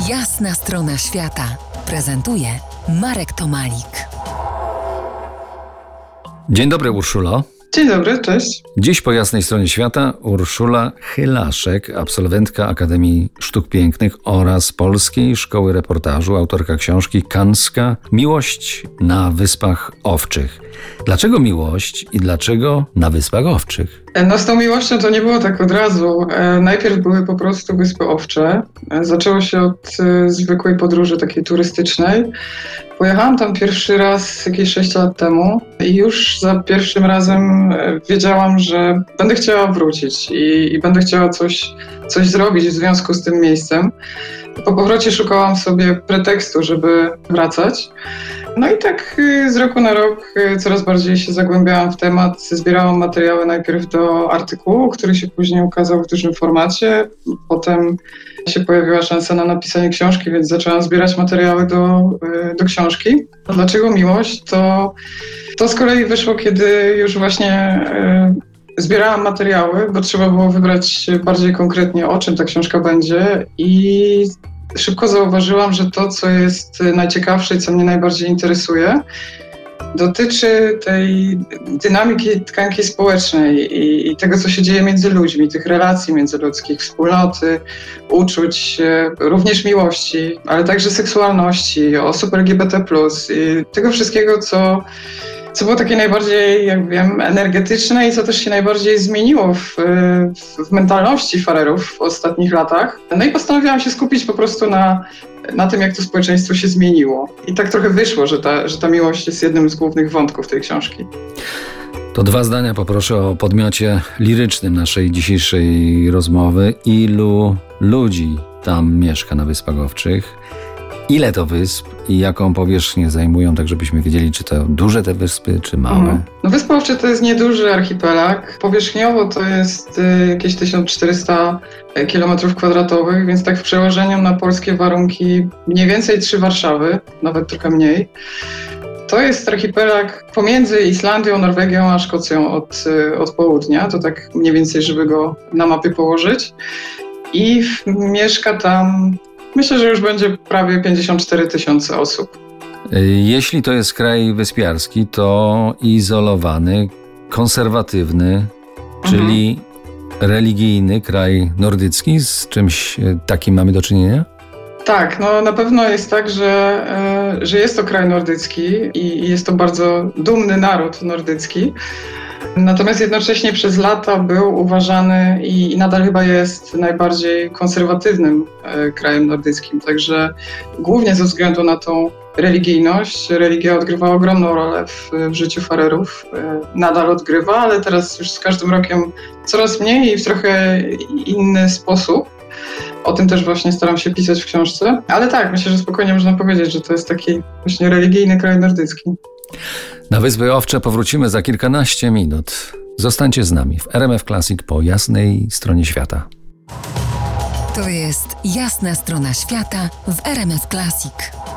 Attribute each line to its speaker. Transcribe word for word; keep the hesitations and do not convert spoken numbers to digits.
Speaker 1: Jasna strona świata prezentuje Marek Tomalik.
Speaker 2: Dzień dobry, Urszulo.
Speaker 3: Dzień dobry, cześć.
Speaker 2: Dziś po jasnej stronie świata Urszula Chylaszek, absolwentka Akademii Sztuk Pięknych oraz Polskiej Szkoły Reportażu, autorka książki Kanska Miłość na Wyspach Owczych. Dlaczego miłość i dlaczego na Wyspach Owczych?
Speaker 3: No z tą miłością to nie było tak od razu. E, najpierw były po prostu Wyspy Owcze. E, zaczęło się od e, zwykłej podróży takiej turystycznej. Pojechałam tam pierwszy raz jakieś sześć lat temu i już za pierwszym razem e, wiedziałam, że będę chciała wrócić i, i będę chciała coś, coś zrobić w związku z tym miejscem. Po powrocie szukałam sobie pretekstu, żeby wracać. No i tak z roku na rok coraz bardziej się zagłębiałam w temat. Zbierałam materiały najpierw do artykułu, który się później ukazał w dużym formacie. Potem się pojawiła szansa na napisanie książki, więc zaczęłam zbierać materiały do, do książki. A dlaczego miłość? To, to z kolei wyszło, kiedy już właśnie zbierałam materiały, bo trzeba było wybrać bardziej konkretnie, o czym ta książka będzie, i szybko zauważyłam, że to, co jest najciekawsze i co mnie najbardziej interesuje, dotyczy tej dynamiki tkanki społecznej i, i tego, co się dzieje między ludźmi, tych relacji międzyludzkich, wspólnoty, uczuć, również miłości, ale także seksualności, osób L G B T plus i tego wszystkiego, co co było takie najbardziej, jak wiem, energetyczne i co też się najbardziej zmieniło w, w mentalności farerów w ostatnich latach. No i postanowiłam się skupić po prostu na, na tym, jak to społeczeństwo się zmieniło. I tak trochę wyszło, że ta, że ta miłość jest jednym z głównych wątków tej książki.
Speaker 2: To dwa zdania poproszę o podmiocie lirycznym naszej dzisiejszej rozmowy. Ilu ludzi tam mieszka na Wyspach Owczych? Ile to wysp i jaką powierzchnię zajmują, tak żebyśmy wiedzieli, czy to duże te wyspy, czy małe? Mhm.
Speaker 3: No Wyspy Owcze to jest nieduży archipelag. Powierzchniowo to jest y, jakieś tysiąc czterysta kilometrów kwadratowych, więc tak w przełożeniu na polskie warunki mniej więcej trzy Warszawy, nawet trochę mniej. To jest archipelag pomiędzy Islandią, Norwegią a Szkocją od, y, od południa. To tak mniej więcej, żeby go na mapie położyć. I w, mieszka tam... Myślę, że już będzie prawie pięćdziesiąt cztery tysiące osób.
Speaker 2: Jeśli to jest kraj wyspiarski, to izolowany, konserwatywny, czyli mhm. religijny kraj nordycki. Z czymś takim mamy do czynienia?
Speaker 3: Tak, no na pewno jest tak, że, że jest to kraj nordycki i jest to bardzo dumny naród nordycki. Natomiast jednocześnie przez lata był uważany i nadal chyba jest najbardziej konserwatywnym e, krajem nordyckim. Także głównie ze względu na tą religijność, religia odgrywa ogromną rolę w, w życiu farerów. E, nadal odgrywa, ale teraz już z każdym rokiem coraz mniej i w trochę inny sposób. O tym też właśnie staram się pisać w książce. Ale tak, myślę, że spokojnie można powiedzieć, że to jest taki właśnie religijny kraj nordycki.
Speaker 2: Na Wyspy Owcze powrócimy za kilkanaście minut. Zostańcie z nami w R M F Classic po jasnej stronie świata.
Speaker 1: To jest Jasna strona świata w R M F Classic.